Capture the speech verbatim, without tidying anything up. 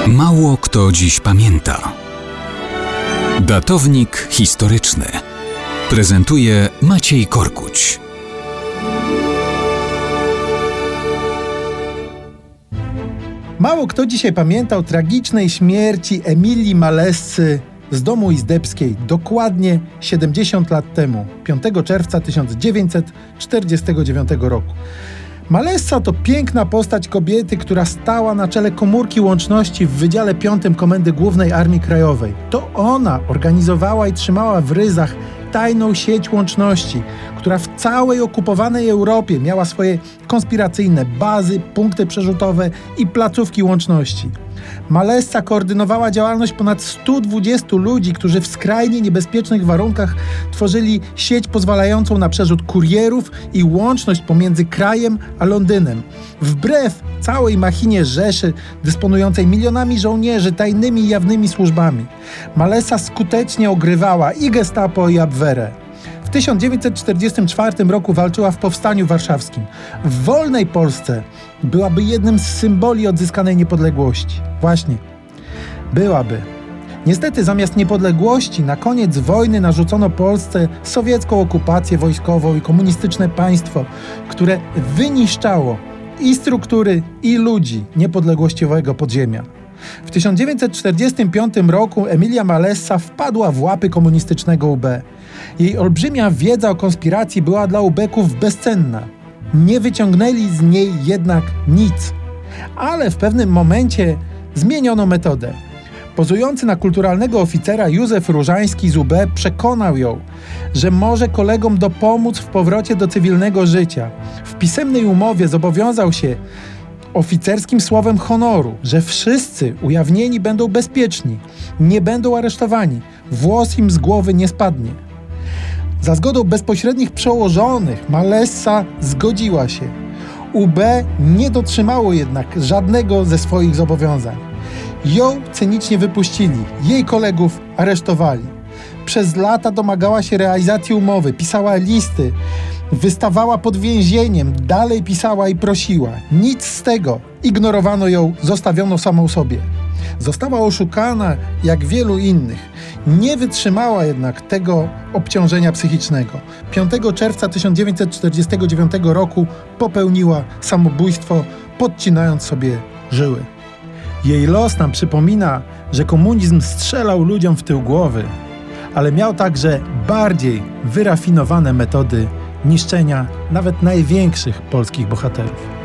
Mało kto dziś pamięta. Datownik historyczny prezentuje Maciej Korkuć. Mało kto dzisiaj pamięta o tragicznej śmierci Emilii Malessy z domu izdebskiej dokładnie siedemdziesiąt lat temu, piątego czerwca tysiąc dziewięćset czterdziestego dziewiątego roku. Malessa to piękna postać kobiety, która stała na czele komórki łączności w Wydziale piątym Komendy Głównej Armii Krajowej. To ona organizowała i trzymała w ryzach tajną sieć łączności, która w całej okupowanej Europie miała swoje konspiracyjne bazy, punkty przerzutowe i placówki łączności. Malessa koordynowała działalność ponad stu dwudziestu ludzi, którzy w skrajnie niebezpiecznych warunkach tworzyli sieć pozwalającą na przerzut kurierów i łączność pomiędzy krajem a Londynem. Wbrew całej machinie Rzeszy, dysponującej milionami żołnierzy, tajnymi i jawnymi służbami, Malessa skutecznie ogrywała i Gestapo, i Abwehrę. W tysiąc dziewięćset czterdziestym czwartym roku walczyła w Powstaniu Warszawskim. W wolnej Polsce byłaby jednym z symboli odzyskanej niepodległości. Właśnie, byłaby. Niestety zamiast niepodległości na koniec wojny narzucono Polsce sowiecką okupację wojskową i komunistyczne państwo, które wyniszczało i struktury, i ludzi niepodległościowego podziemia. W tysiąc dziewięćset czterdziestym piątym roku Emilia Malessa wpadła w łapy komunistycznego U B. Jej olbrzymia wiedza o konspiracji była dla ubeków bezcenna. Nie wyciągnęli z niej jednak nic. Ale w pewnym momencie zmieniono metodę. Pozujący na kulturalnego oficera Józef Różański z U B przekonał ją, że może kolegom dopomóc w powrocie do cywilnego życia. W pisemnej umowie zobowiązał się oficerskim słowem honoru, że wszyscy ujawnieni będą bezpieczni, nie będą aresztowani, włos im z głowy nie spadnie. Za zgodą bezpośrednich przełożonych Malessa zgodziła się. U B nie dotrzymało jednak żadnego ze swoich zobowiązań. Ją cynicznie wypuścili, jej kolegów aresztowali. Przez lata domagała się realizacji umowy, pisała listy, wystawała pod więzieniem, dalej pisała i prosiła. Nic z tego. Ignorowano ją, zostawiono samą sobie. Została oszukana jak wielu innych. Nie wytrzymała jednak tego obciążenia psychicznego. piątego czerwca tysiąc dziewięćset czterdziestego dziewiątego roku popełniła samobójstwo, podcinając sobie żyły. Jej los nam przypomina, że komunizm strzelał ludziom w tył głowy, ale miał także bardziej wyrafinowane metody niszczenia nawet największych polskich bohaterów.